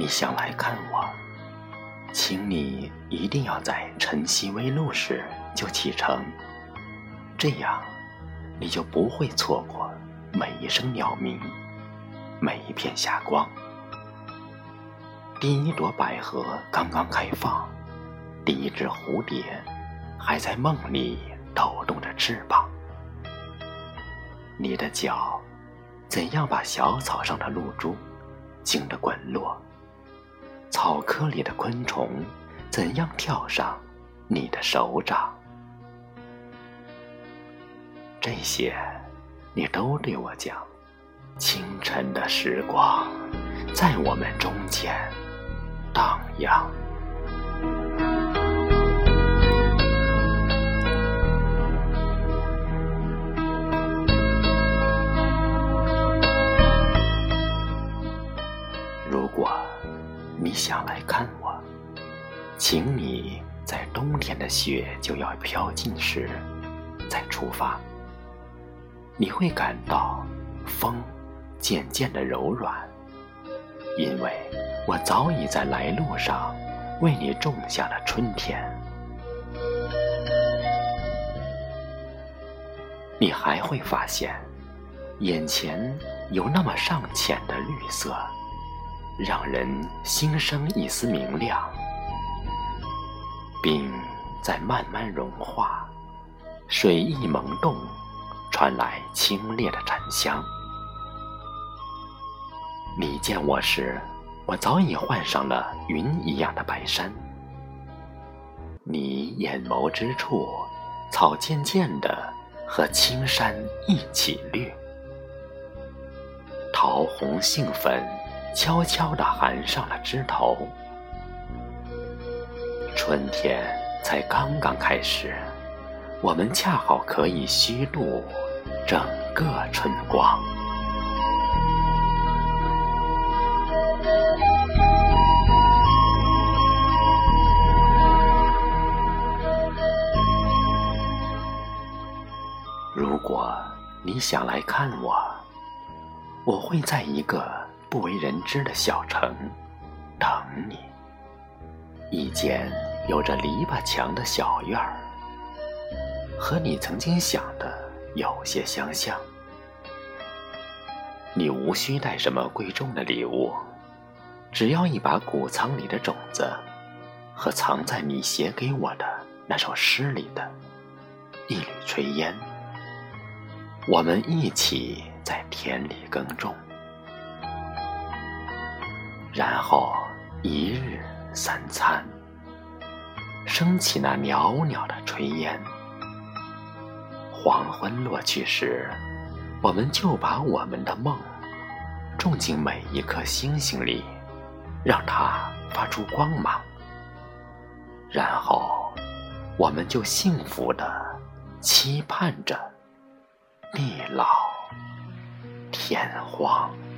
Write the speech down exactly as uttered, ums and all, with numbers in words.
想来看我，请你一定要在晨曦微露时就启程，这样你就不会错过每一声鸟鸣，每一片霞光。第一朵百合刚刚开放，第一只蝴蝶还在梦里抖动着翅膀。你的脚怎样把小草上的露珠惊得滚落，草窠里的昆虫怎样跳上你的手掌。这些你都对我讲，清晨的时光在我们中间荡漾。如果你想来看我，请你在冬天的雪就要飘尽时再出发。你会感到风渐渐的柔软，因为我早已在来路上为你种下了春天。你还会发现，眼前有那么尚浅的绿色，让人心生一丝明亮。冰在慢慢融化，水意萌动，传来清冽的禅香。你见我时，我早已换上了云一样的白衫。你眼眸之处，草渐渐地和青山一起绿。桃红杏粉悄悄地含上了枝头。春天才刚刚开始，我们恰好可以虚度整个春光。如果你想来看我，我会在一个不为人知的小城等你，一间有着篱笆墙的小院儿，和你曾经想的有些相像。你无需带什么贵重的礼物，只要一把谷仓里的种子和藏在你写给我的那首诗里的一缕炊烟，我们一起在田里耕种，然后一日三餐，升起那袅袅的炊烟。黄昏落去时，我们就把我们的梦种进每一颗星星里，让它发出光芒，然后我们就幸福地期盼着地老天荒。